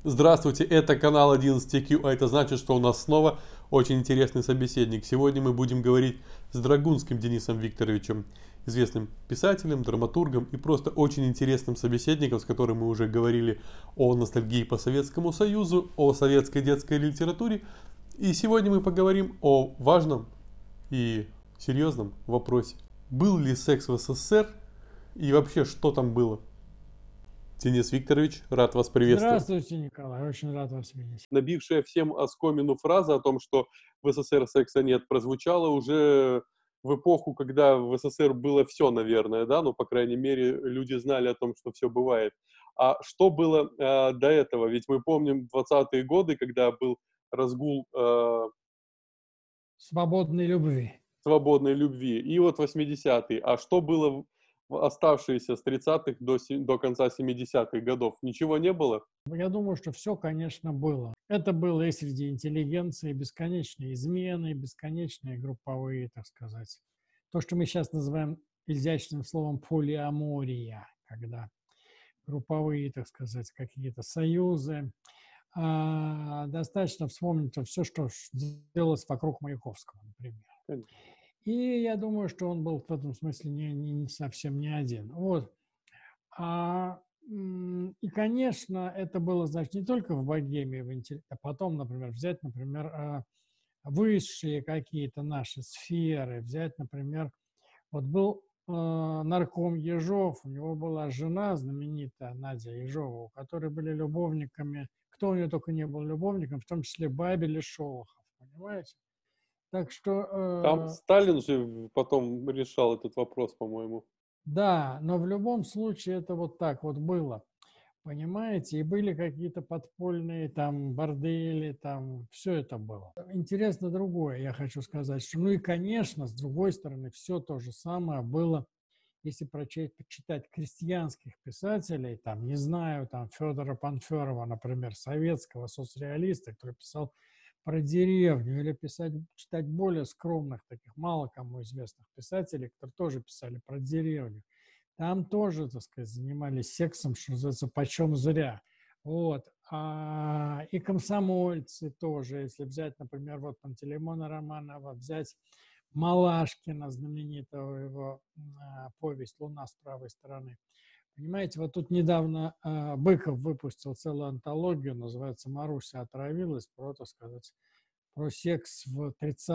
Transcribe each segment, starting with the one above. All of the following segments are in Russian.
Здравствуйте, это канал 11Q, а это значит, что у нас снова очень интересный собеседник. Сегодня мы будем говорить с Драгунским Денисом Викторовичем, известным писателем, драматургом и просто очень интересным собеседником, с которым мы уже говорили о ностальгии по Советскому Союзу, о советской детской литературе. И сегодня мы поговорим о важном и серьезном вопросе. Был ли секс в СССР и вообще что там было? Денис Викторович, рад вас приветствовать. Здравствуйте, Николай. Очень рад вас видеть. Набившая всем оскомину фраза о том, что в СССР секса нет, прозвучала уже в эпоху, когда в СССР было все, наверное, да, ну, по крайней мере, люди знали о том, что все бывает. А что было до этого? Ведь мы помним 20-е годы, когда был разгул Свободной любви. свободной любви, и вот 80-е. А что было в оставшиеся с 30-х до конца 70-х годов? Ничего не было? Я думаю, что все, конечно, было. Это было и среди интеллигенции бесконечные измены, бесконечные групповые, так сказать. То, что мы сейчас называем изящным словом полиамория, когда групповые, так сказать, какие-то союзы. Достаточно вспомнить все, что делалось вокруг Маяковского, например. И я думаю, что он был в этом смысле не совсем не один. Вот. И, конечно, это было, значит, не только в богемии, а потом, например, взять, например, высшие какие-то наши сферы, взять, например, вот был нарком Ежов, у него была жена знаменитая, Надя Ежова, у которой были любовниками, кто у нее только не был любовником, в том числе Бабель и Шолохов, понимаете? Так Там что Сталин же потом решал этот вопрос, по-моему. да, но в любом случае это вот так вот было. Понимаете, и были какие-то подпольные там бордели, там все это было. Интересно другое, я хочу сказать, что, ну и, конечно, с другой стороны, все то же самое было, если почитать крестьянских писателей, там, не знаю, там, Федора Панферова, например, советского соцреалиста, который писал про деревню, или читать более скромных, таких мало кому известных писателей, которые тоже писали про деревню. Там тоже, так сказать, занимались сексом, что называется, почем зря. Вот. И комсомольцы тоже, если взять, например, вот Пантелеймона Романова, взять Малашкина, знаменитого его повесть «Луна с правой стороны». Понимаете, вот тут недавно Быков выпустил целую антологию, называется «Маруся отравилась», про, так сказать, про секс в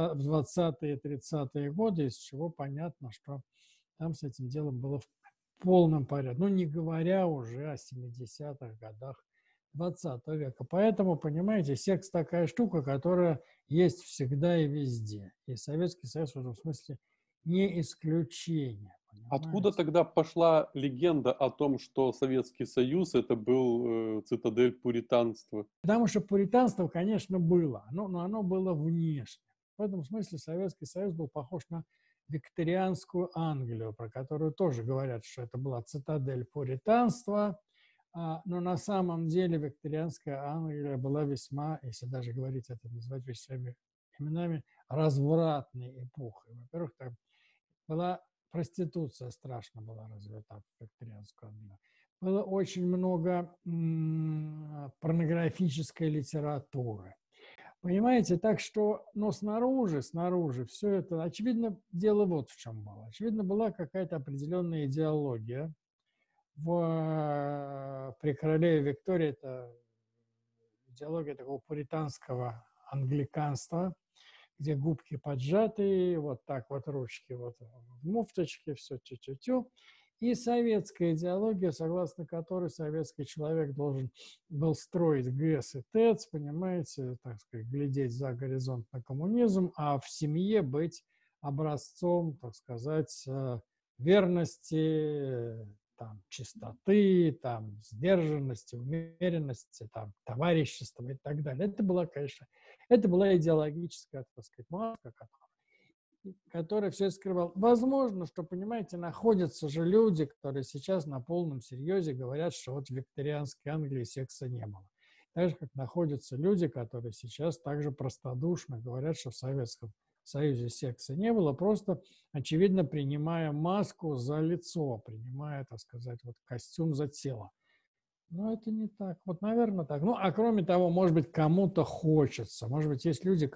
20-е, 30-е годы, из чего понятно, что там с этим делом было в полном порядке. Ну, не говоря уже о 70-х годах 20 века. Поэтому, понимаете, секс такая штука, которая есть всегда и везде. И Советский Союз в этом смысле не исключение. Откуда Понимаете? тогда пошла легенда о том, что Советский Союз это был цитадель пуританства? Потому что пуританство, конечно, было, но оно было внешне. В этом смысле Советский Союз был похож на викторианскую Англию, про которую тоже говорят, что это была цитадель пуританства, но на самом деле викторианская Англия была весьма, если даже говорить это, назвать вещами именами, развратной эпохой. Во-первых, там была проституция, страшно была развита в викторианскую Англию. Было очень много порнографической литературы. Понимаете, так что, но снаружи все это, очевидно, дело вот в чем было. Очевидно, была какая-то определенная идеология. При королеве Виктории это идеология такого пуританского англиканства, где губки поджатые, вот так вот ручки вот в муфточке, все тю-тю-тю. И советская идеология, согласно которой советский человек должен был строить ГЭС и ТЭЦ, понимаете, так сказать, глядеть за горизонт на коммунизм, а в семье быть образцом, так сказать, верности, там, чистоты, там, сдержанности, умеренности, там, товарищества и так далее. Это была идеологическая, так сказать, маска, которая все скрывала. Возможно, что, понимаете, находятся же люди, которые сейчас на полном серьезе говорят, что вот в викторианской Англии секса не было. Так же, как находятся люди, которые сейчас также простодушно говорят, что в Советском Союзе секса не было, просто, очевидно, принимая маску за лицо, принимая, так сказать, вот костюм за тело. Ну, это не так. Вот, наверное, так. Ну, а кроме того, может быть, кому-то хочется. Может быть, есть люди,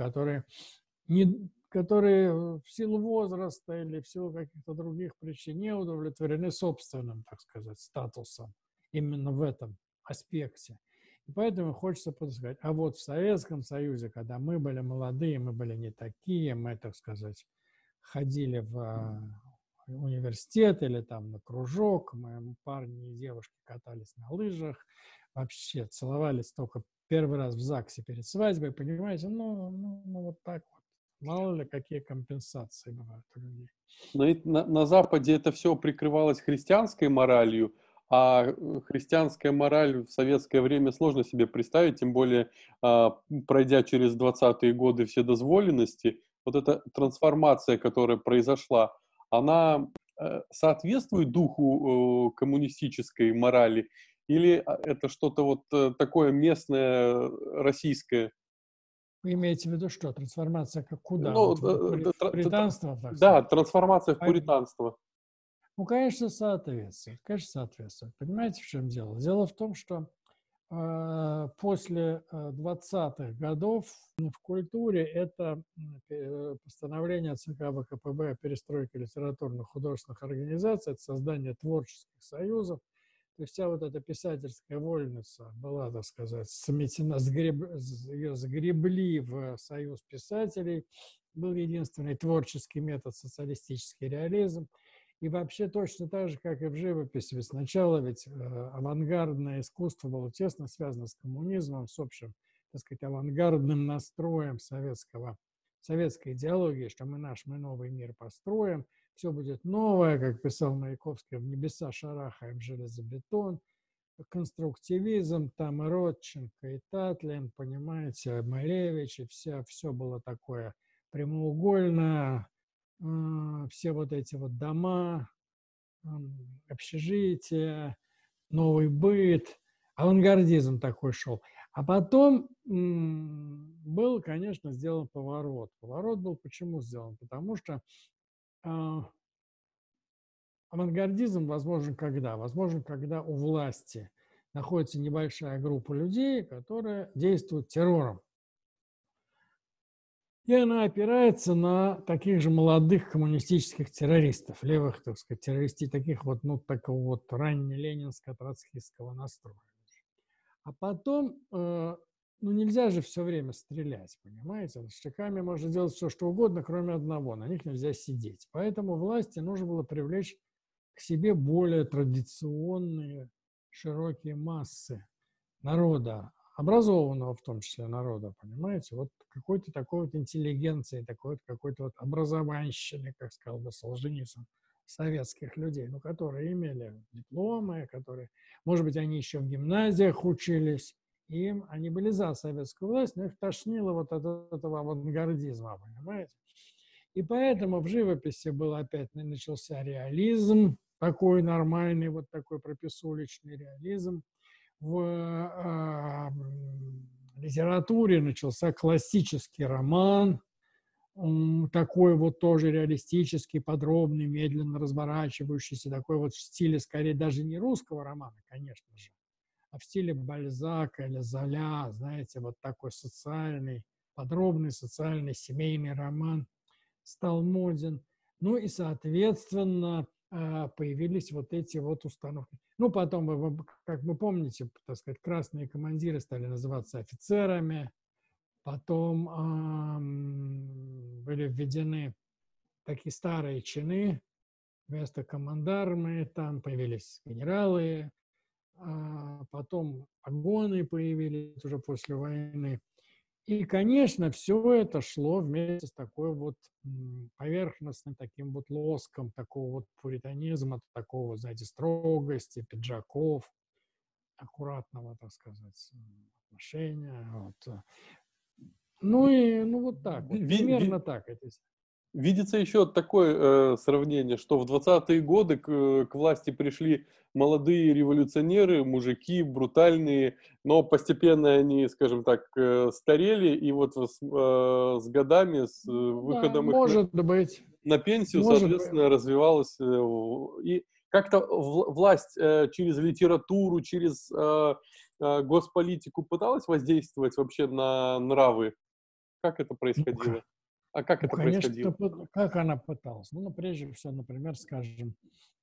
которые в силу возраста или в силу каких-то других причин не удовлетворены собственным, так сказать, статусом именно в этом аспекте. И поэтому хочется подсказать. А вот в Советском Союзе, когда мы были молодые, мы были не такие, мы, так сказать, ходили в университет или там на кружок, мы парни и девушки катались на лыжах, вообще целовались только первый раз в ЗАГСе перед свадьбой, понимаете, ну вот так вот. Мало ли, какие компенсации бывают у людей. Но ведь на Западе это все прикрывалось христианской моралью, а христианская мораль в советское время сложно себе представить, тем более пройдя через 20-е годы вседозволенности, вот эта трансформация, которая произошла, она соответствует духу коммунистической морали или это что-то вот такое местное, российское? Вы имеете в виду что? Трансформация как куда? Ну, Вот в пуританство, так да, сказать? трансформация в пуританство. Ну, конечно, соответствует. Конечно, соответствует. Понимаете, в чем дело? Дело в том, что после 20-х годов в культуре это постановление ЦК ВКПБ о перестройке литературных художественных организаций, это создание творческих союзов. То есть вся вот эта писательская вольница была, так сказать, сметена, ее загребли в союз писателей. Был единственный творческий метод — социалистический реализм. И вообще точно так же, как и в живописи. Ведь сначала ведь авангардное искусство было тесно связано с коммунизмом, с общим, так сказать, авангардным настроем советской идеологии, что мы новый мир построим, все будет новое, как писал Маяковский, в небеса шарахаем железобетон, конструктивизм, там и Родченко, и Татлин, понимаете, Малевич, и все было такое прямоугольное, все вот эти вот дома, общежития, новый быт, авангардизм такой шел. А потом был, конечно, сделан поворот. Поворот был почему сделан? Потому что авангардизм возможен когда? Возможен, когда у власти находится небольшая группа людей, которые действуют террором. И она опирается на таких же молодых коммунистических террористов, левых, так сказать, террористов, таких вот, ну, такого вот раннеленинско-троцкистского настроя. А потом, ну, нельзя же все время стрелять, понимаете? С штыками можно делать все, что угодно, кроме одного, на них нельзя сидеть. Поэтому власти нужно было привлечь к себе более традиционные широкие массы народа, образованного в том числе народа, понимаете, вот какой-то такой вот интеллигенции, такой вот какой-то вот образованщины, как сказал бы Солженицын, советских людей, ну, которые имели дипломы, которые, может быть, они еще в гимназиях учились, им, они были за советскую власть, но их тошнило вот от этого авангардизма, понимаете. И поэтому в живописи был опять начался реализм, такой нормальный, вот такой прописулечный реализм. В литературе начался классический роман, такой вот тоже реалистический, подробный, медленно разворачивающийся, такой вот в стиле, скорее, даже не русского романа, конечно же, а в стиле Бальзака или Золя, знаете, вот такой социальный, подробный социальный семейный роман стал моден. Ну и, соответственно, появились вот эти вот установки. Ну, потом, как вы помните, так сказать, красные командиры стали называться офицерами, потом были введены такие старые чины, вместо командармы там появились генералы, потом погоны появились уже после войны. И, конечно, все это шло вместе с такой вот поверхностным таким вот лоском такого вот пуританизма, такого, знаете, строгости, пиджаков, аккуратного, так сказать, отношения. Вот. Ну вот так вот, примерно так это. Видится еще такое сравнение, что в 20-е годы к власти пришли молодые революционеры, мужики брутальные, но постепенно они, скажем так, старели, и вот с годами, с Да, выходом их может быть, на пенсию, может быть. соответственно, развивалось. И как-то власть через литературу, через госполитику пыталась воздействовать вообще на нравы? Как это Ну, происходило? А как ну, это конечно, происходило? как она пыталась? Ну, прежде всего, например, скажем,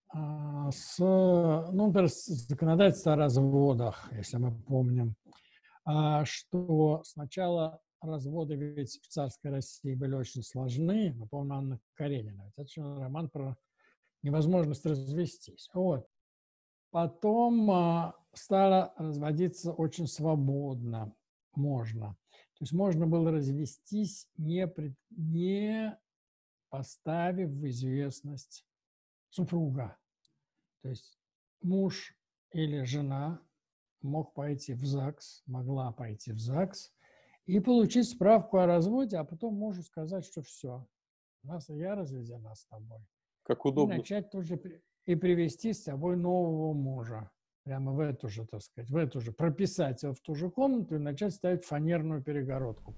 ну, например, законодательство о разводах, если мы помним, что сначала разводы ведь в царской России были очень сложны. Мы помним Анна Каренина. Это же роман про невозможность развестись. Вот. Потом стало разводиться очень свободно, можно. То есть можно было развестись, не поставив в известность супруга. То есть муж или жена мог пойти в ЗАГС, могла пойти в ЗАГС и получить справку о разводе, а потом мужу сказать, что все, я разведена с тобой. Как И удобно. начать тут же и привести с собой нового мужа. Прямо в эту же, так сказать, в эту же, прописать его в ту же комнату и начать ставить фанерную перегородку.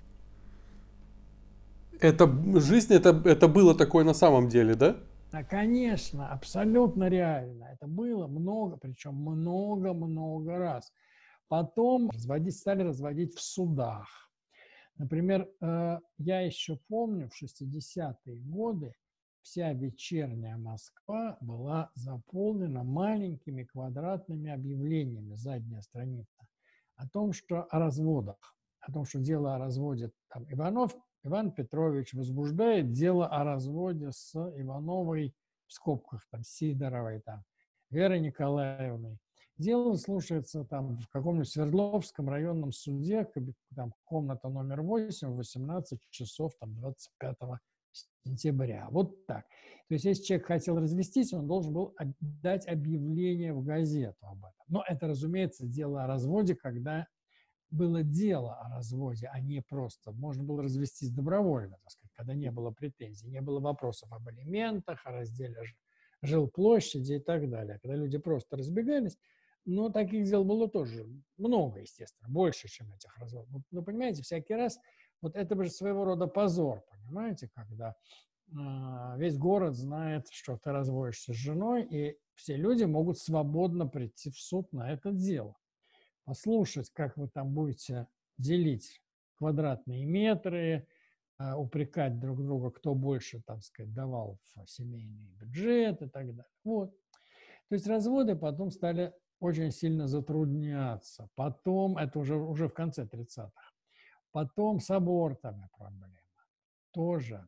Это жизнь, это было такое на самом деле, да? Да, конечно, абсолютно реально. Это было много, причем много-много раз. Потом стали разводить в судах. Например, я еще помню, в 60-е годы вся вечерняя Москва была заполнена маленькими квадратными объявлениями, задняя страница, о том, что о разводах, о том, что дело о разводе. Там, Иван Петрович возбуждает дело о разводе с Ивановой, в скобках, там, Сидоровой, там, Верой Николаевной. Дело слушается там в каком-нибудь Свердловском районном суде, там комната номер 8, в 18 часов там, 25 сентября. Вот так. То есть, если человек хотел развестись, он должен был дать объявление в газету об этом. Но это, разумеется, дело о разводе, когда было дело о разводе, а не просто. Можно было развестись добровольно, так сказать, когда не было претензий, не было вопросов об алиментах, о разделе жилплощади и так далее. Когда люди просто разбегались, но таких дел было тоже много, естественно, больше, чем этих разводов. Ну, понимаете, всякий раз, вот это же своего рода позор, понимаете, когда весь город знает, что ты разводишься с женой, и все люди могут свободно прийти в суд на это дело. Послушать, как вы там будете делить квадратные метры, упрекать друг друга, кто больше, так сказать, давал в семейный бюджет и так далее. Вот. То есть разводы потом стали очень сильно затрудняться. Потом, это уже в конце 30-х, потом с абортами проблема. Тоже.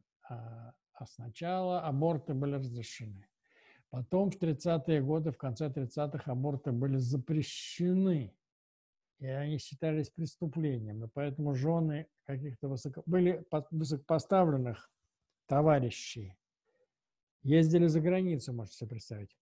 А сначала аборты были разрешены. Потом в 30-е годы, в конце 30-х аборты были запрещены. И они считались преступлением. И поэтому жены каких-то высокопоставленных товарищей ездили за границу, можете себе представить.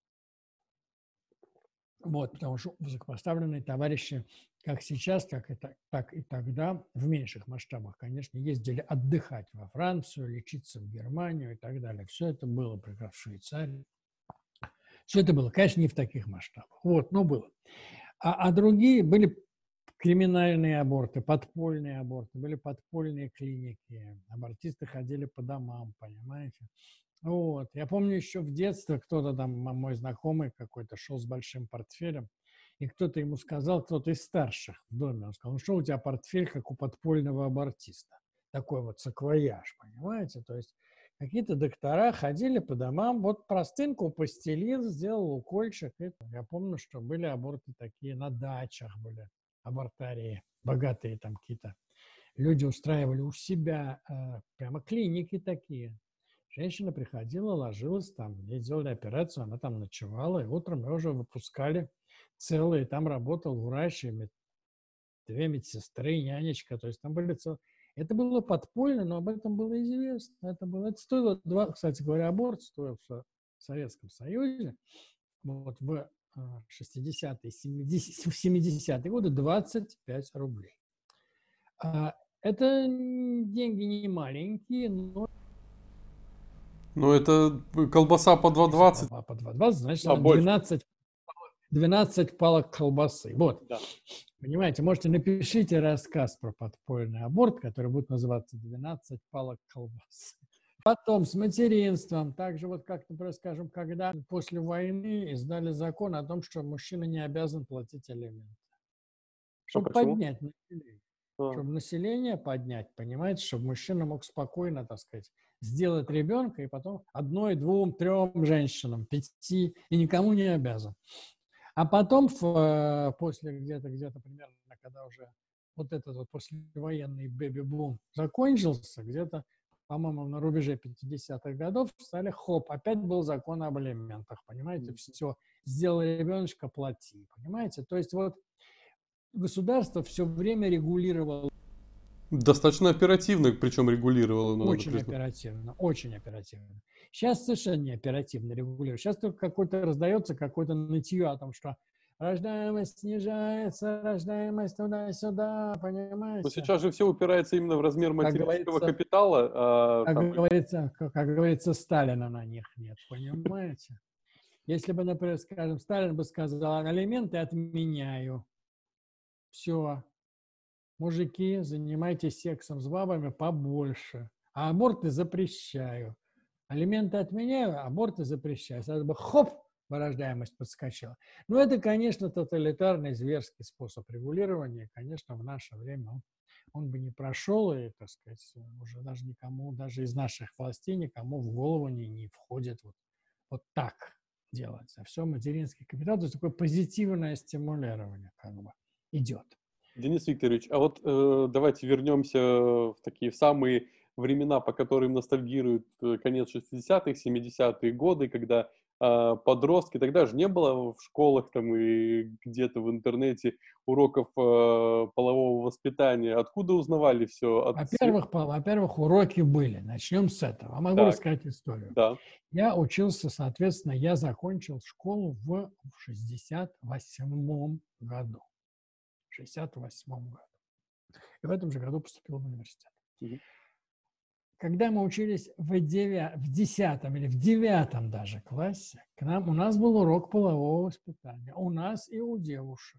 Вот, потому что высокопоставленные товарищи, как сейчас, так и тогда, в меньших масштабах, конечно, ездили отдыхать во Францию, лечиться в Германию и так далее. Все это было прекрасно в Швейцарии. Все это было, конечно, не в таких масштабах. Вот, но было. А другие были криминальные аборты, подпольные аборты, были подпольные клиники. Абортисты ходили по домам, понимаете? Вот. Я помню еще в детстве кто-то там, мой знакомый какой-то, шел с большим портфелем, и кто-то ему сказал, кто-то из старших в доме, он сказал, ну что у тебя портфель, как у подпольного абортиста? Такой вот саквояж, понимаете? То есть какие-то доктора ходили по домам, вот простынку постелил, сделал укольчик. Я помню, что были аборты такие на дачах, были абортарии, богатые там какие-то. Люди устраивали у себя прямо клиники такие. Женщина приходила, ложилась там, ей делали операцию, она там ночевала, и утром ее уже выпускали целые. Там работал врач, и 2 медсестры, нянечка. То есть там были целые. Это было подпольно, но об этом было известно. Это стоило, кстати говоря, аборт стоил в Советском Союзе вот в 60-е, 70-е годы 25 рублей. Это деньги не маленькие, но Ну, это колбаса по 2,20. по 2,20, значит, А, больше. 12 палок колбасы. Вот. Да. Понимаете, можете напишите рассказ про подпольный аборт, который будет называться «12 палок колбасы». Потом с материнством. Также вот как, например, скажем, когда после войны издали закон о том, что мужчина не обязан платить алименты. А Чтобы почему? поднять население. А, Чтобы население поднять, понимаете, чтобы мужчина мог спокойно, так сказать, сделать ребенка и потом одной, двум, трем женщинам, 5, и никому не обязан. А потом, после где-то примерно, когда уже вот этот вот послевоенный бэби-бум закончился, где-то, по-моему, на рубеже 50-х годов стали, опять был закон об алиментах, понимаете, все, сделал ребеночка, плати, понимаете, то есть вот государство все время регулировало. достаточно оперативно, причем регулировало, надо Очень признать. оперативно, очень оперативно. Сейчас совершенно не оперативно регулируют. Сейчас только какой-то раздается какое-то нытье о том, что рождаемость снижается, рождаемость туда-сюда, Но понимаете? сейчас же все упирается именно в размер Как материнского говорится, капитала. как говорится, Сталина на них нет, понимаете? Если бы, например, скажем, Сталин бы сказал, алименты отменяю, все, мужики, занимайтесь сексом с бабами побольше, а аборты запрещаю. Алименты отменяю, аборты запрещаю. Сразу бы рождаемость подскочила. Но это, конечно, тоталитарный, зверский способ регулирования. Конечно, в наше время он бы не прошел, и, так сказать, уже даже никому, даже из наших властей, никому в голову не входит вот так делать. А все материнский капитал, то есть такое позитивное стимулирование как бы идет. Денис Викторович, а вот давайте вернемся в такие самые времена, по которым ностальгируют конец 60-х, 70-е годы, когда подростки, тогда же не было в школах там и где-то в интернете уроков полового воспитания. Откуда узнавали все? Во-первых, уроки были. Начнем с этого. Могу Так, рассказать историю. да. Я учился, соответственно, я закончил школу в 68 году. В 68 году. И в этом же году поступил в университет. Мгм. Когда мы учились в 10 или в 9 даже классе, у нас был урок полового воспитания. У нас и у девушек.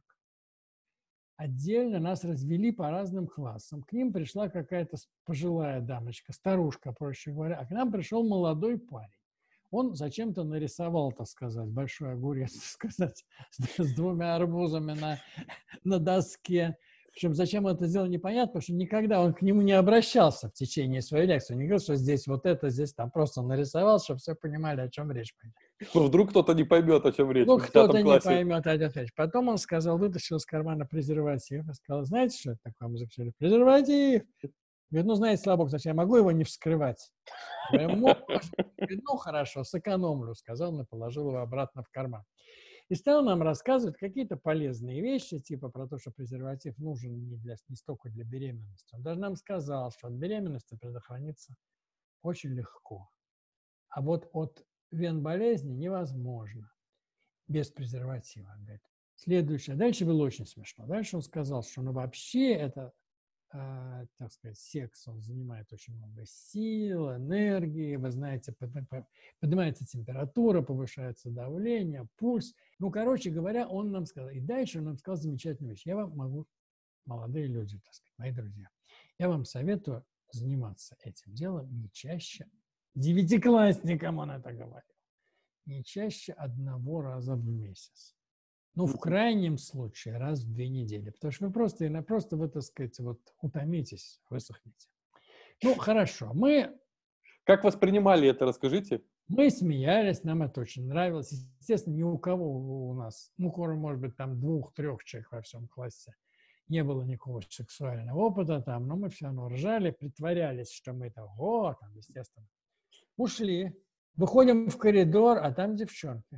Отдельно нас развели по разным классам. К ним пришла какая-то пожилая дамочка, старушка, проще говоря, а к нам пришел молодой парень. Он зачем-то нарисовал, так сказать, большой огурец, так сказать, с 2 арбузами на доске. Причем зачем он это сделал, непонятно, потому что никогда он к нему не обращался в течение своей лекции. Он не говорил, что здесь вот это, здесь там, просто нарисовал, чтобы все понимали, о чем речь пойдет. Ну, вдруг кто-то не поймет, о чем речь Ну, в 10 кто-то не классе. поймет, Адет Ильич. Потом он сказал, вытащил из кармана презерватив и сказал, знаете, что это такое? Мы закричали, презерватив. Говорит, ну, знаете, слава богу, значит, я могу его не вскрывать? Говорю, можно. Говорит, ну, хорошо, сэкономлю, сказал, и положил его обратно в карман. И стал нам рассказывать какие-то полезные вещи, типа про то, что презерватив нужен не столько для беременности. Он даже нам сказал, что от беременности предохраниться очень легко. А вот от вен-болезни невозможно без презерватива. Говорит. Следующее. Дальше было очень смешно. Дальше он сказал, что ну, вообще это, так сказать, секс, он занимает очень много сил, энергии, вы знаете, поднимается температура, повышается давление, пульс. Ну, короче говоря, он нам сказал. И дальше он нам сказал замечательную вещь. Я вам могу, молодые люди, так сказать, мои друзья, я вам советую заниматься этим делом не чаще. 9-классникам он это говорит. Не чаще 1 раза в месяц. Ну, в крайнем случае, раз в 2 недели. Потому что вы просто вы, так сказать, вот утомитесь, высохнете. Ну, хорошо. Как воспринимали это, расскажите? Мы смеялись, нам это очень нравилось. Естественно, ни у кого у нас, ну, кроме, может быть, там 2-3 человек во всем классе, не было никакого сексуального опыта там, но мы все равно ржали, притворялись, что мы там, естественно. Ушли, выходим в коридор, а там девчонки.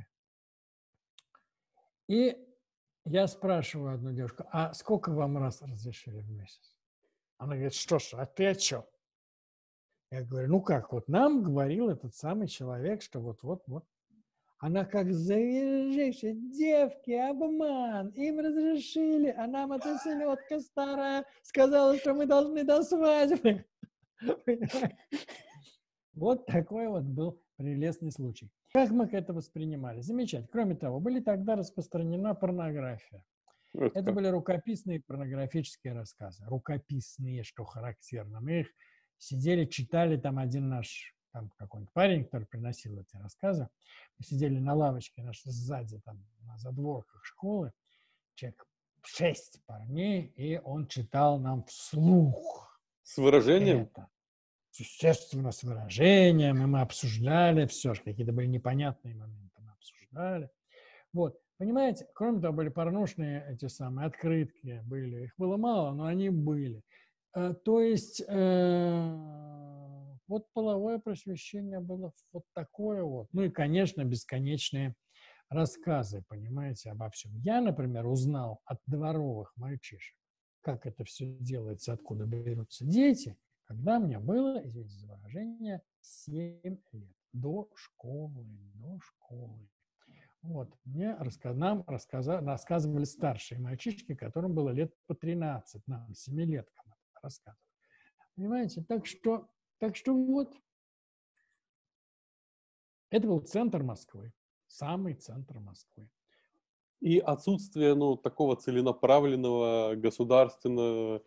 И я спрашиваю одну девушку, а сколько вам раз разрешили в месяц? Она говорит, что ж, а ты о чем? Я говорю, ну как, вот нам говорил этот самый человек, что вот. Она как завяжет, девки, обман, им разрешили, а нам эта селедка старая сказала, что мы должны до свадьбы. Вот такой вот был прелестный случай. Как мы это воспринимали? Замечательно. Кроме того, были тогда распространена порнография. Это были рукописные порнографические рассказы. Рукописные, что характерно. Мы их сидели, читали, там один наш там какой-нибудь парень, который приносил эти рассказы, мы сидели на лавочке нашей сзади, там, на задворках школы, человек 6 парней, и он читал нам вслух С выражением? это. Естественно, с выражением, и мы обсуждали все, какие-то были непонятные моменты, мы обсуждали. Вот, понимаете, кроме того, были порнушные эти самые открытки, были, их было мало, но они были. То есть вот половое просвещение было вот такое вот. Ну и, конечно, бесконечные рассказы, понимаете, обо всем. Я, например, узнал от дворовых мальчишек, как это все делается, откуда берутся дети, когда мне было, извините за выражение, 7 лет. До школы, до школы. Вот, нам рассказывали старшие мальчишки, которым было лет по 13, нам, 7-леткам это рассказывали. Понимаете? Так что вот, это был центр Москвы, самый центр Москвы. И отсутствие, ну, такого целенаправленного государственного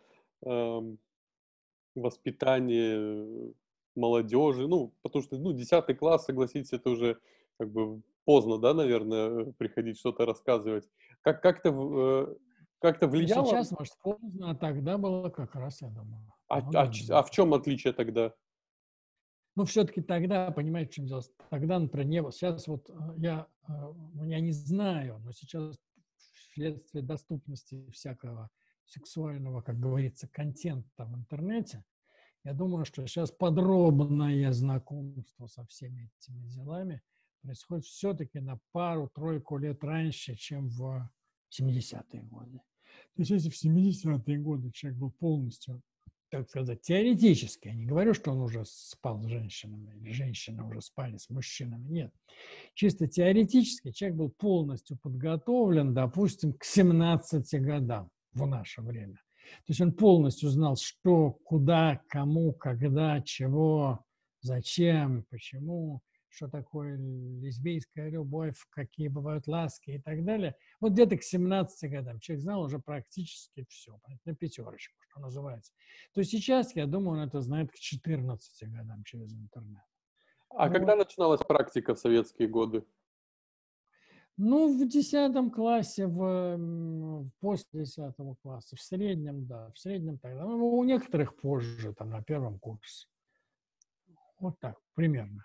воспитания молодежи. Ну, потому что, ну, 10 класс, согласитесь, это уже как бы поздно, да, наверное, приходить что-то рассказывать. Как-то Ну, влияло? сейчас, может, поздно, а тогда было как раз, я думаю, А, много а времени. в чем отличие тогда? Ну, все-таки тогда, понимаете, в чем дело? Тогда, например, не было. Сейчас вот я не знаю, но сейчас вследствие доступности всякого сексуального, как говорится, контента в интернете, я думаю, что сейчас подробное знакомство со всеми этими делами происходит все-таки на пару-тройку лет раньше, чем в 70-е годы. То есть если в 70-е годы человек был полностью, так сказать, теоретически, я не говорю, что он уже спал с женщинами, или женщины уже спали с мужчинами, нет. Чисто теоретически человек был полностью подготовлен, допустим, к 17 годам в наше время. То есть он полностью знал, что, куда, кому, когда, чего, зачем, почему, что такое лесбийская любовь, какие бывают ласки и так далее. Вот где-то к 17 годам человек знал уже практически все, на пятерочку, что называется. То есть сейчас, я думаю, он это знает к 14 годам через интернет. А когда Вот. начиналась практика в советские годы? Ну, в 10 классе, после 10 класса, в среднем, да, в среднем тогда. Ну, у некоторых позже, там, на первом курсе. Вот так, примерно.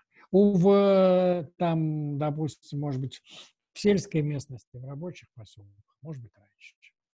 Там, допустим, может быть, в сельской местности, в рабочих поселках, может быть, раньше.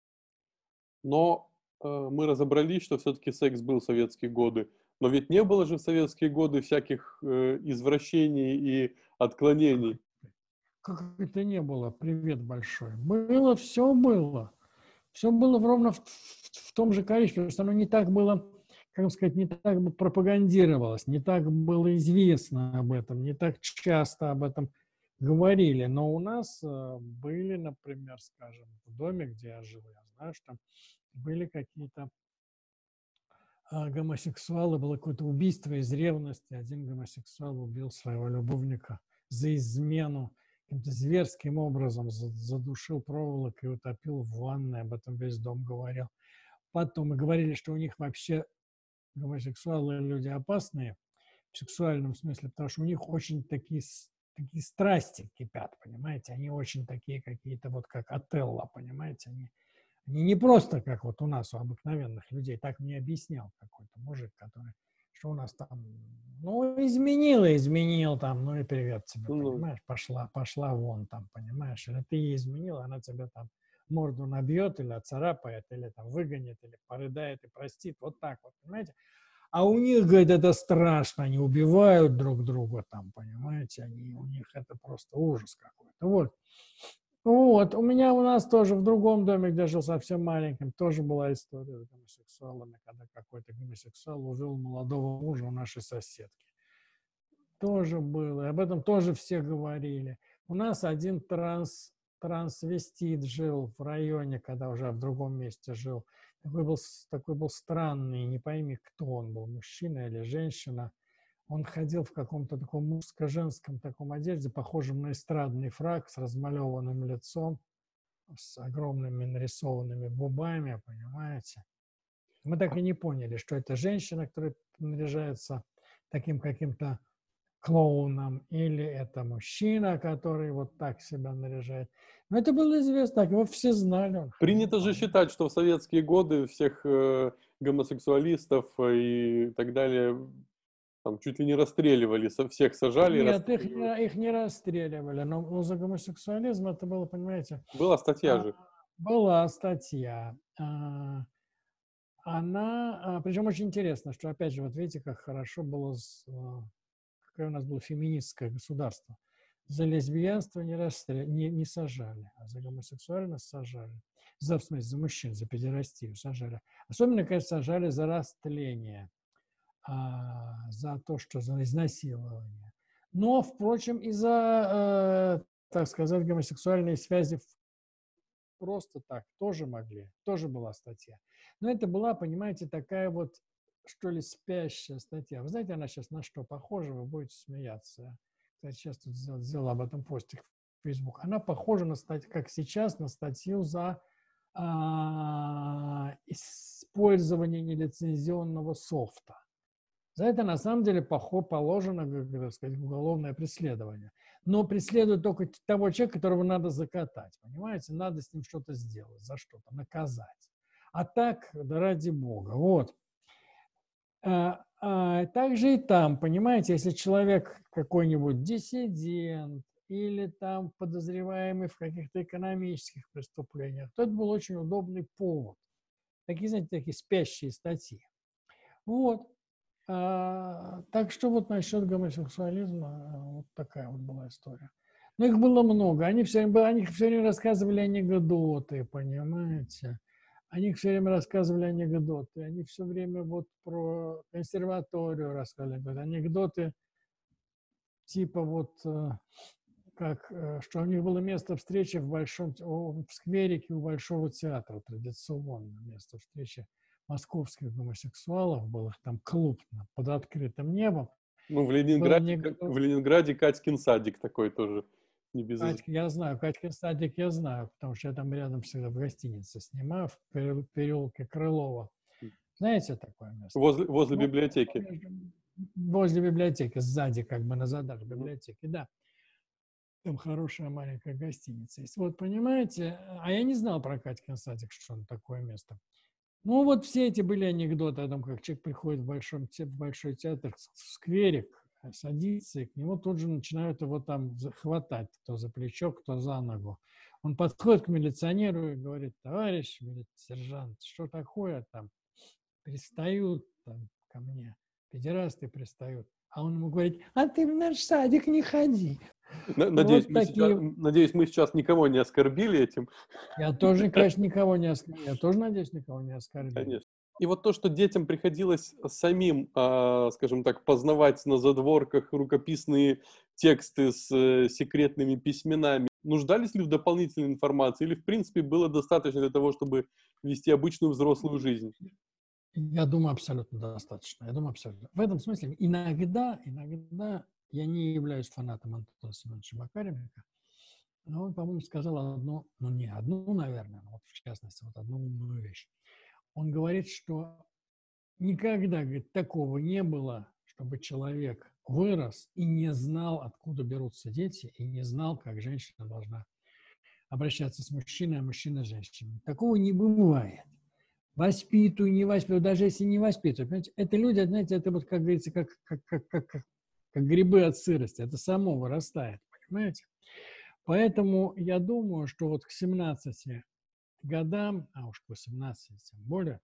Но мы разобрались, что все-таки секс был в советские годы. Но ведь не было же в советские годы всяких извращений и отклонений. Как это не было, привет большой. Было, все было. Все было ровно в том же количестве, потому что оно не так было, как сказать, не так бы пропагандировалось, не так было известно об этом, не так часто об этом говорили. Но у нас были, например, скажем, в доме, где я жил, я знаю, что были какие-то гомосексуалы, было какое-то убийство из ревности. Один гомосексуал убил своего любовника за измену, каким-то зверским образом задушил проволокой и утопил в ванной, об этом весь дом говорил. Потом мы говорили, что у них вообще гомосексуалы люди опасные в сексуальном смысле, потому что у них очень такие страсти кипят, понимаете, они очень такие какие-то вот как Отелло, понимаете, они не просто как вот у нас, у обыкновенных людей, так мне объяснял какой-то мужик, который, что у нас там, ну, изменил там, ну и привет тебе, Ну, понимаешь, пошла вон там, понимаешь, или ты ей изменила, она тебя там морду набьет или оцарапает, или там выгонит, или порыдает и простит, вот так вот, понимаете. А у них, говорит, это страшно, они убивают друг друга там, понимаете, у них это просто ужас какой-то, вот. Вот, у нас тоже в другом доме, где жил совсем маленьким, тоже была история с гомосексуалами, когда какой-то гомосексуал увел молодого мужа у нашей соседки. Тоже было, и об этом тоже все говорили. У нас один трансвестит жил в районе, когда уже в другом месте жил. Такой был странный, не пойми, кто он был, мужчина или женщина. Он ходил в каком-то таком мужско-женском таком одежде, похожем на эстрадный фрак, с размалеванным лицом, с огромными нарисованными губами, понимаете. Мы так и не поняли, что это женщина, которая наряжается таким каким-то клоуном, или это мужчина, который вот так себя наряжает. Но это было известно, так его все знали. Он ходил Принято по же улице. считать, что в советские годы всех гомосексуалистов и так далее там чуть ли не расстреливали, всех сажали и Нет, расстреливали. их не расстреливали, но за гомосексуализм это было, понимаете, Была статья а, же. была статья. Причем очень интересно, что, опять же, вот видите, как хорошо было, какое у нас было феминистское государство. За лесбиянство не сажали, а за гомосексуальность сажали. В смысле, за мужчин, за педерастию сажали. Особенно, конечно, сажали за растление, за то, что за изнасилование. Но, впрочем, и за, так сказать, гомосексуальные связи просто так тоже могли, тоже была статья. Но это была, понимаете, такая вот, что ли, спящая статья. Вы знаете, она сейчас на что похожа, вы будете смеяться. Кстати, сейчас тут сделал об этом постик в Facebook. Она похожа на статью, как сейчас, на статью за использование нелицензионного софта. За это, на самом деле, положено, как так сказать, уголовное преследование. Но преследуют только того человека, которого надо закатать, понимаете? Надо с ним что-то сделать, за что-то, наказать. А так, да ради бога, вот. Также и там, понимаете, если человек какой-нибудь диссидент или там подозреваемый в каких-то экономических преступлениях, то это был очень удобный повод. Такие, знаете, такие спящие статьи. Вот. Так что вот насчет гомосексуализма вот такая вот была история. Но их было много. Они все время рассказывали анекдоты, понимаете? Они все время рассказывали анекдоты. Они все время вот про консерваторию рассказывали. Анекдоты типа вот что у них было место встречи в скверике у Большого театра, традиционно место встречи московских гомосексуалов, был их там клуб под открытым небом. Ну, Был анекдот. В Ленинграде Катькин садик такой тоже небезызвестный. Я знаю, Катькин садик я знаю, потому что я там рядом всегда в гостинице снимаю, в переулке Крылова. Знаете такое место? Возле Ну, библиотеки. возле библиотеки, сзади, как бы на задах библиотеки, да. Там хорошая маленькая гостиница есть. Вот, понимаете, а я не знал про Катькин садик, что он такое место. Ну, вот все эти были анекдоты о том, как человек приходит в большой театр, в скверик, садится, и к нему тут же начинают его там захватать, кто за плечо, кто за ногу. Он подходит к милиционеру и говорит: товарищ сержант, что такое там? Пристают там ко мне, педерасты пристают. А он ему говорит: а ты в наш садик не ходи. Вот такие. Надеюсь, мы сейчас никого не оскорбили этим. Я тоже, конечно, никого не оскорбил. Я тоже надеюсь, никого не оскорбил. Конечно. И вот то, что детям приходилось самим, скажем так, познавать на задворках рукописные тексты с секретными письменами, нуждались ли в дополнительной информации или, в принципе, было достаточно для того, чтобы вести обычную взрослую жизнь? Я думаю, абсолютно достаточно. Я думаю, абсолютно. В этом смысле иногда я не являюсь фанатом Антона Семеновича Макаренко, но он, по-моему, сказал одну, ну не одну, наверное, но вот в частности, вот одну умную вещь. Он говорит, что никогда, говорит, такого не было, чтобы человек вырос и не знал, откуда берутся дети, и не знал, как женщина должна обращаться с мужчиной, а мужчина с женщиной. Такого не бывает. Воспитываю, не воспитываю, даже если не воспитываю. Понимаете, это люди, знаете, это вот, как говорится, как грибы от сырости. Это само вырастает, понимаете? Поэтому я думаю, что вот к 17 годам, а уж к 18 тем более,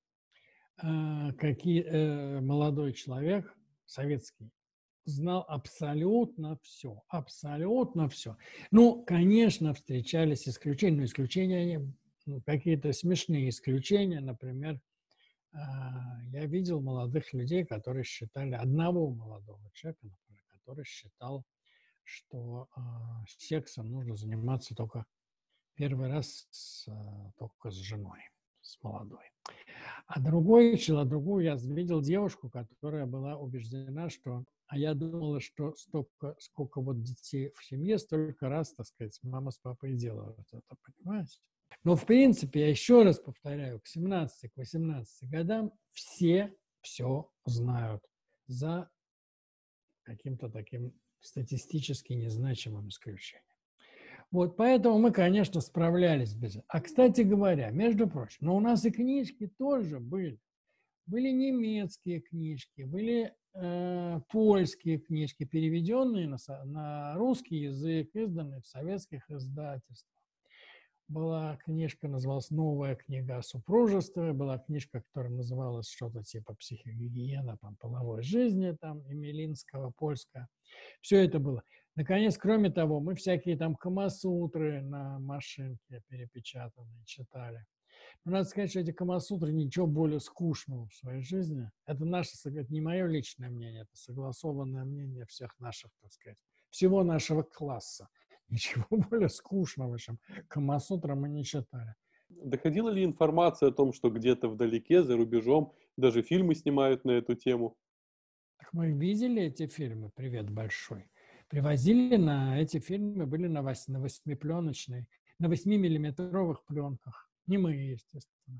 молодой человек, советский, знал абсолютно все, абсолютно все. Ну, конечно, встречались исключения, но исключения они какие-то смешные исключения. Например, я видел молодых людей, которые считали, одного молодого человека, например, который считал, что сексом нужно заниматься только первый раз только с женой, с молодой. Другую я видел девушку, которая была убеждена, что, а я думала, что сколько вот детей в семье, столько раз, так сказать, мама с папой делают это, понимаете? Но, в принципе, я еще раз повторяю, к 17, к 18 годам все знают за каким-то таким статистически незначимым исключением. Вот поэтому мы, конечно, справлялись без этого. А, кстати говоря, между прочим, но у нас и книжки тоже были. Были немецкие книжки, были польские книжки, переведенные на русский язык, изданные в советских издательствах. Была книжка, называлась «Новая книга о супружестве», была книжка, которая называлась что-то типа «Психогигиена там, половой жизни», там, Емелинского, польская. Все это было. Наконец, кроме того, мы всякие там камасутры на машинке перепечатанные читали. Но надо сказать, что эти камасутры ничего более скучного в своей жизни. Это наше, это не мое личное мнение, это согласованное мнение всех наших, так сказать, всего нашего класса. Ничего более скучного, чем Камасутра, мы не читали. Доходила ли информация о том, что где-то вдалеке, за рубежом, даже фильмы снимают на эту тему? Так мы видели эти фильмы «Привет большой». Привозили на эти фильмы, были на 8-пленочной, на 8-миллиметровых пленках. Не мы, естественно.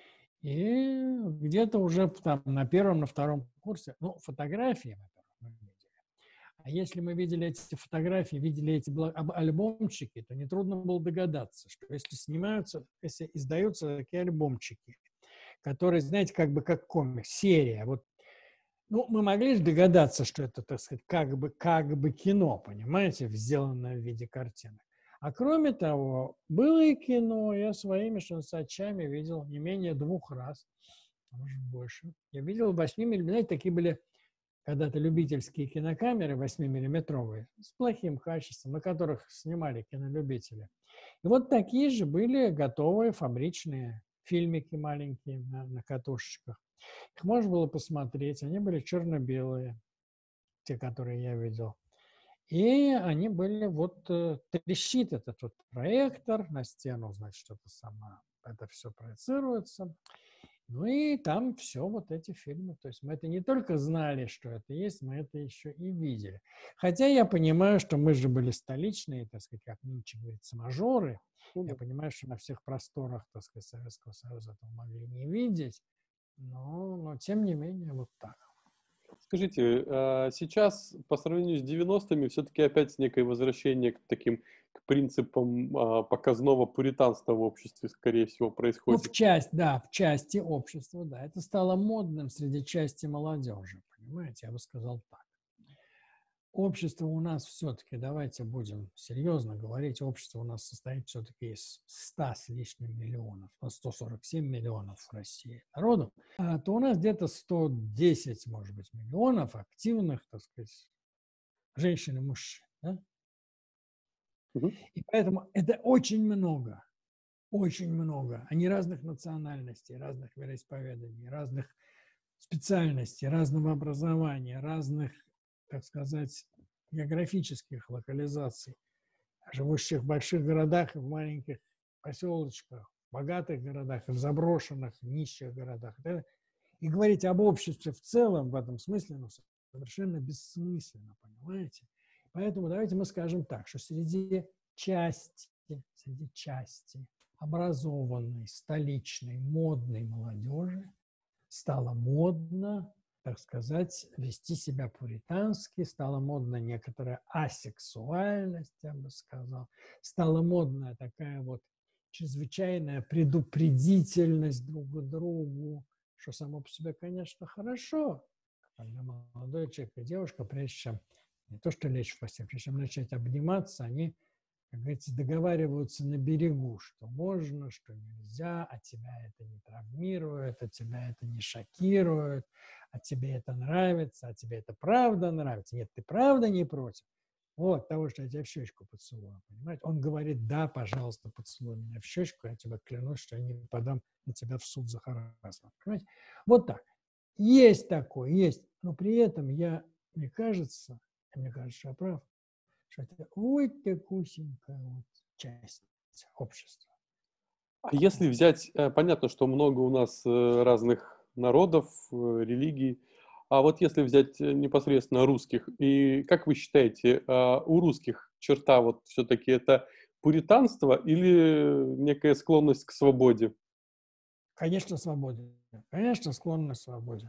И где-то уже там на первом, на втором курсе, ну, фотографии, во-первых, мы видели. А если мы видели эти фотографии, видели эти альбомчики, то нетрудно было догадаться, что если снимаются, если издаются такие альбомчики, которые, знаете, как бы как комикс, серия, вот, ну, мы могли же догадаться, что это, так сказать, как бы кино, понимаете, сделанное в виде картины. А кроме того, было и кино, я своими шансачами видел не менее 2 раз, а может больше. Я видел 8-миллиметровые, знаете, такие были когда-то любительские кинокамеры 8-миллиметровые с плохим качеством, на которых снимали кинолюбители. И вот такие же были готовые фабричные фильмики маленькие на катушечках. Их можно было посмотреть, они были черно-белые, те, которые я видел. И они были, вот трещит этот вот проектор, на стену, значит, что-то сама, это все проецируется. Ну и там все вот эти фильмы. То есть мы это не только знали, что это есть, мы это еще и видели. Хотя я понимаю, что мы же были столичные, так сказать, как нынче говорится, мажоры. Ну Я да. понимаю, что на всех просторах, так сказать, Советского Союза этого могли не видеть. Но тем не менее вот так. Скажите, сейчас по сравнению с 90-ми все-таки опять некое возвращение к таким к принципам показного пуританства в обществе, скорее всего, Ну, происходит. в части общества, да. Это стало модным среди части молодежи, понимаете, я бы сказал так. Общество у нас все-таки, давайте будем серьезно говорить, общество у нас состоит все-таки из 100 с лишним миллионов, 147 миллионов в России народу, то у нас где-то 110, может быть, миллионов активных, так сказать, женщин и мужчин. Да? Мгм. И поэтому это очень много. Очень много. Они разных национальностей, разных вероисповеданий, разных специальностей, разного образования, разных, так сказать, географических локализаций, живущих в больших городах и в маленьких поселочках, в богатых городах и в заброшенных, нищих городах. И говорить об обществе в целом в этом смысле совершенно бессмысленно, понимаете? Поэтому давайте мы скажем так, что среди части образованной, столичной, модной молодежи стало модно, так сказать, вести себя пуритански, стала модна некоторая асексуальность, я бы сказал, стала модная такая вот чрезвычайная предупредительность друг к другу, что само по себе, конечно, хорошо, когда молодой человек и девушка, прежде чем не то что лечь в постель, прежде чем начать обниматься, они, как говорится, договариваются на берегу, что можно, что нельзя, а тебя это не травмирует, а тебя это не шокирует, а тебе это нравится, а тебе это правда нравится. Нет, ты правда не против? Вот того, что я тебя в щечку поцелую, понимаете? Он говорит, да, пожалуйста, поцелуй меня в щечку, я тебе клянусь, что я не подам на тебя в суд за харассмент. Понимаете? Вот так. Есть такое, есть. Но при этом мне кажется, что я прав, что это вот такусенькая вот часть общества. А если взять, понятно, что много у нас разных народов, религий, а вот если взять непосредственно русских, и как вы считаете, у русских черта вот все-таки это пуританство или некая склонность к свободе? Конечно, свободе. Конечно, склонность к свободе.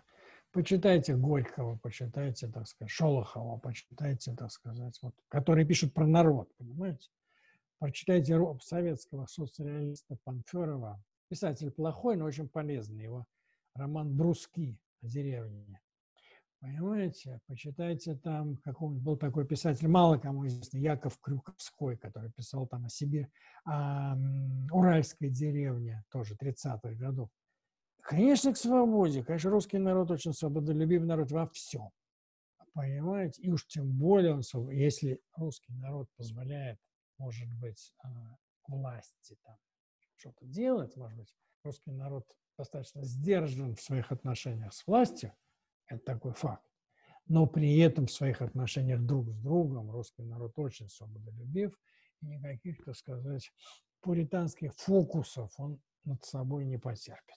Почитайте Горького, почитайте, так сказать, Шолохова, почитайте, так сказать, вот, которые пишут про народ, понимаете? Прочитайте советского соцреалиста Панферова. Писатель плохой, но очень полезный. Его роман «Бруски» о деревне. Понимаете? Почитайте там, какой был такой писатель, мало кому известный, Яков Крюковской, который писал там о Сибири, о уральской деревне, тоже 30-х годов. Конечно, к свободе. Конечно, русский народ очень свободолюбивый народ во всем. Понимаете? И уж тем более, если русский народ позволяет, может быть, власти там что-то делать, может быть, русский народ достаточно сдержан в своих отношениях с властью, это такой факт. Но при этом в своих отношениях друг с другом русский народ очень свободолюбив, и никаких, так сказать, пуританских фокусов он над собой не потерпит.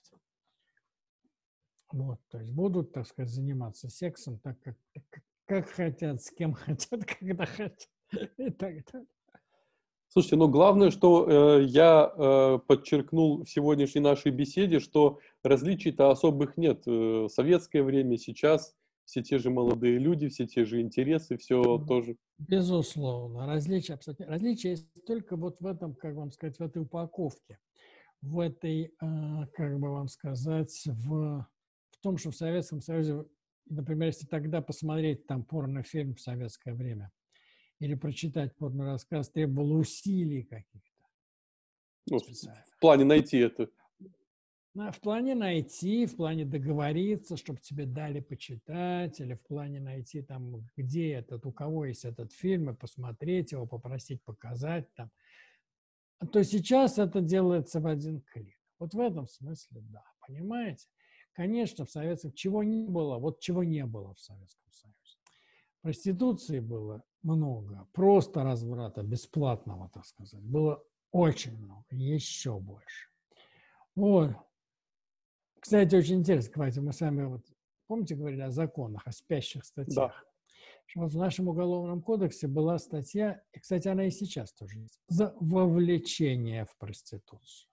Вот, то есть будут, так сказать, заниматься сексом так, как хотят, с кем хотят, когда хотят и так далее. Слушайте, но главное, что я подчеркнул в сегодняшней нашей беседе, что различий-то особых нет. В советское время, сейчас все те же молодые люди, все те же интересы, все тоже. Безусловно, различия абсолютно. Различия есть только вот в этом, как вам сказать, в этой упаковке, в этой, как бы вам сказать, в том, что в Советском Союзе, например, если тогда посмотреть там порнофильм в советское время или прочитать порно-рассказ, требовало усилий каких-то Ну, специальных. в плане найти это. В плане найти, в плане договориться, чтобы тебе дали почитать, или в плане найти там, где этот, у кого есть этот фильм, и посмотреть его, попросить показать там. То сейчас это делается в один клик. Вот в этом смысле, да, понимаете? Конечно, в Советском чего не было, вот чего не было в Советском Союзе. Проституции было много, просто разврата, бесплатного, так сказать, было очень много, еще больше. Вот. Кстати, очень интересно, Катя, мы с вами, вот, помните, говорили о законах, о спящих статьях? Да. Вот в нашем Уголовном кодексе была статья, и, кстати, она и сейчас тоже есть, за вовлечение в проституцию.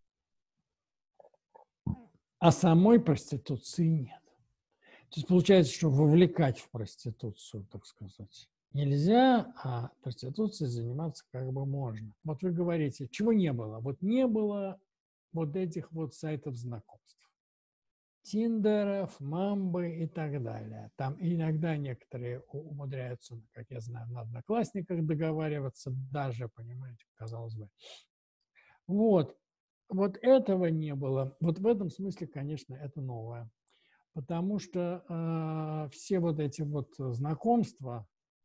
А самой проституции нет. То есть получается, что вовлекать в проституцию, так сказать, нельзя, а проституцией заниматься как бы можно. Вот вы говорите, чего не было? Вот не было вот этих вот сайтов знакомств. Тиндеров, Мамбы и так далее. Там иногда некоторые умудряются, как я знаю, на Одноклассниках договариваться даже, понимаете, казалось бы. Вот этого не было. Вот в этом смысле, конечно, это новое. Потому что все вот эти вот знакомства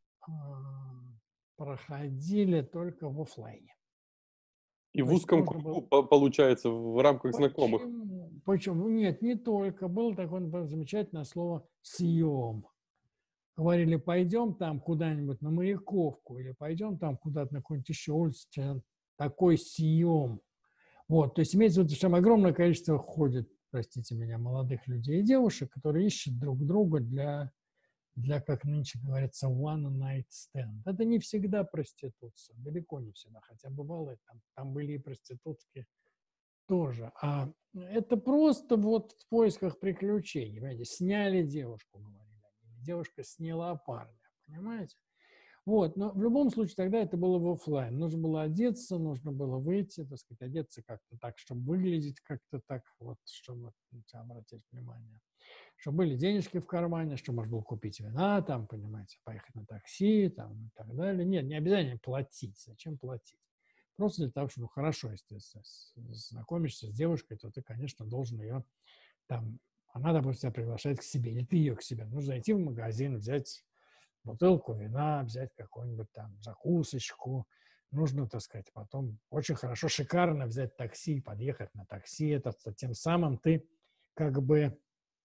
проходили только в офлайне. И в То есть узком нужно кругу, было... получается, в рамках знакомых. Почему? Почему? Нет, не только. Было такое, например, замечательное слово «съем». Говорили, пойдем там куда-нибудь на Маяковку или пойдем там куда-то на какую-нибудь еще улицу, такой съем. Вот, то есть имеется в виду, что там огромное количество ходит, простите меня, молодых людей и девушек, которые ищут друг друга для, как нынче говорится, one night stand. Это не всегда проституция, далеко не всегда, хотя бывало, там были и проститутки тоже. А это просто вот в поисках приключений, понимаете, сняли девушку, говорили, девушка сняла парня, понимаете? Вот, но в любом случае тогда это было в офлайн. Нужно было одеться, нужно было выйти, так сказать, одеться как-то так, чтобы выглядеть как-то так, вот, чтобы обратить внимание. Чтобы были денежки в кармане, чтобы можно было купить вина, там, понимаете, поехать на такси, там, и так далее. Нет, не обязательно платить. Зачем платить? Просто для того, чтобы, хорошо, если ты знакомишься с девушкой, то ты, конечно, должен ее там, она, допустим, тебя приглашает к себе, или ты ее к себе. Нужно зайти в магазин, взять бутылку вина, взять какую-нибудь там закусочку. Нужно, так сказать, потом очень хорошо, шикарно взять такси, подъехать на такси. Это тем самым ты как бы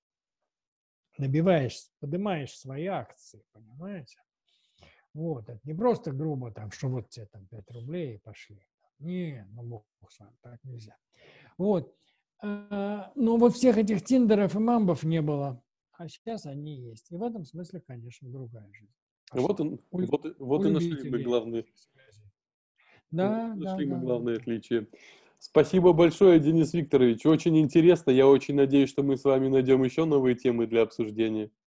поднимаешь свои акции, понимаете? Вот, это не просто грубо там, что вот тебе там 5 рублей и пошли. Не, ну бог с вами, так нельзя. Вот. Но вот всех этих тиндеров и мамбов не было. А сейчас они есть. И в этом смысле, конечно, другая жизнь. Вот, вот У и нашли мы любителей главные. этих связей. Да, да, Нашли мы да, главные да. отличия. Спасибо большое, Денис Викторович. Очень интересно. Я очень надеюсь, что мы с вами найдем еще новые темы для обсуждения.